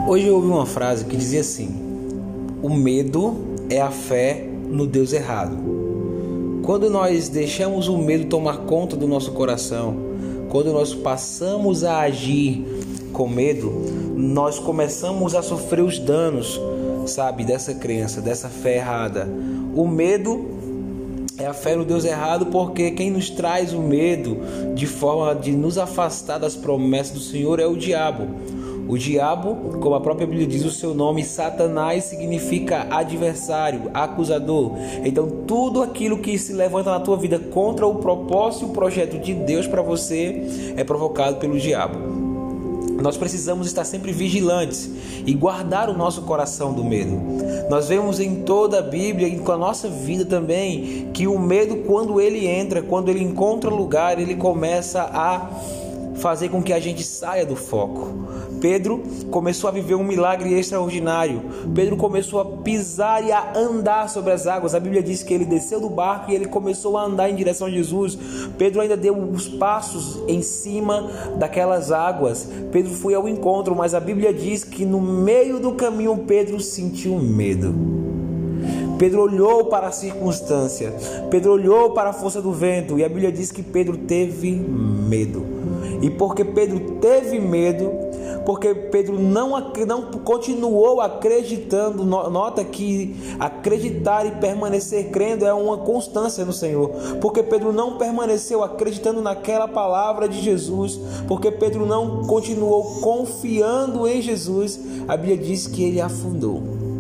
Hoje eu ouvi uma frase que dizia assim: o medo é a fé no Deus errado. Quando nós deixamos o medo tomar conta do nosso coração, quando nós passamos a agir com medo, nós começamos a sofrer os danos, dessa crença, dessa fé errada. O medo é a fé no Deus errado, porque quem nos traz o medo de forma de nos afastar das promessas do Senhor é o diabo. O diabo, como a própria Bíblia diz, o seu nome, Satanás, significa adversário, acusador. Então tudo aquilo que se levanta na tua vida contra o propósito e o projeto de Deus para você é provocado pelo diabo. Nós precisamos estar sempre vigilantes e guardar o nosso coração do medo. Nós vemos em toda a Bíblia e com a nossa vida também que o medo, quando ele entra, quando ele encontra lugar, ele começa a fazer com que a gente saia do foco. Pedro começou a viver um milagre extraordinário. Pedro começou a pisar e a andar sobre as águas. A Bíblia diz que ele desceu do barco e ele começou a andar em direção a Jesus. Pedro ainda deu os passos em cima daquelas águas. Pedro foi ao encontro, mas a Bíblia diz que no meio do caminho Pedro sentiu medo. Pedro olhou para a circunstância, Pedro olhou para a força do vento, e a Bíblia diz que Pedro teve medo. E porque Pedro teve medo, porque Pedro não continuou acreditando, nota que acreditar e permanecer crendo é uma constância no Senhor. Porque Pedro não permaneceu acreditando naquela palavra de Jesus, porque Pedro não continuou confiando em Jesus, a Bíblia diz que ele afundou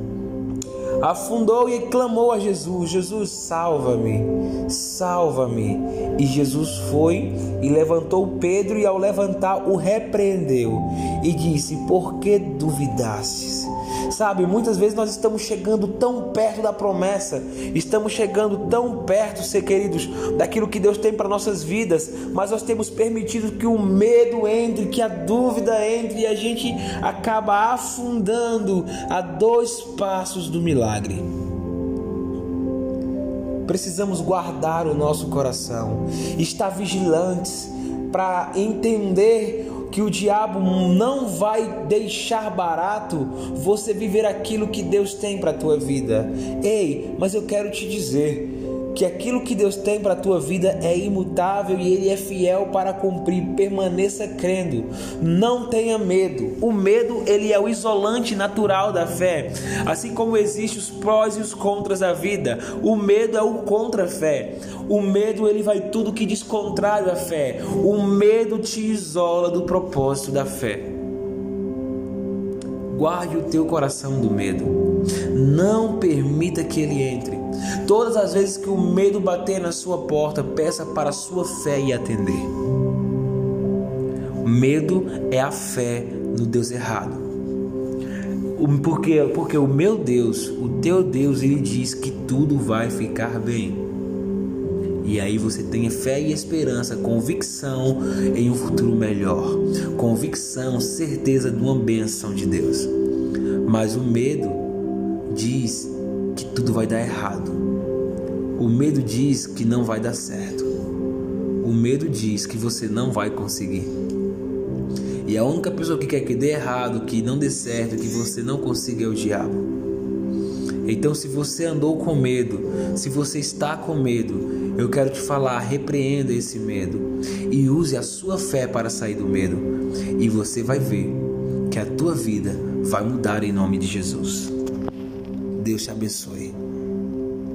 e clamou a Jesus: Jesus, salva-me, salva-me. E Jesus foi e levantou Pedro, e ao levantar o repreendeu e disse: por que duvidastes? Muitas vezes nós estamos chegando tão perto da promessa, estamos chegando tão perto, queridos, daquilo que Deus tem para nossas vidas, mas nós temos permitido que o medo entre, que a dúvida entre, e a gente acaba afundando a 2 passos do milagre. Precisamos guardar o nosso coração, estar vigilantes para entender que o diabo não vai deixar barato você viver aquilo que Deus tem para a tua vida. Ei, mas eu quero te dizer que aquilo que Deus tem para a tua vida é imutável e Ele é fiel para cumprir. Permaneça crendo, não tenha medo. O medo, ele é o isolante natural da fé. Assim como existem os prós e os contras da vida, o medo é o contra-fé. O medo, ele vai tudo que diz contrário à fé. O medo te isola do propósito da fé. Guarde o teu coração do medo. Não permita que ele entre. Todas as vezes que o medo bater na sua porta, peça para a sua fé e atender. O medo é a fé no Deus errado. Porque o meu Deus, o teu Deus, ele diz que tudo vai ficar bem. E aí você tenha fé e esperança, convicção em um futuro melhor, convicção, certeza de uma bênção de Deus. Mas o medo diz que tudo vai dar errado. O medo diz que não vai dar certo. O medo diz que você não vai conseguir. E a única pessoa que quer que dê errado, que não dê certo, que você não consiga é o diabo. Então, se você andou com medo, se você está com medo, eu quero te falar: repreenda esse medo e use a sua fé para sair do medo. E você vai ver que a tua vida vai mudar em nome de Jesus. Deus te abençoe.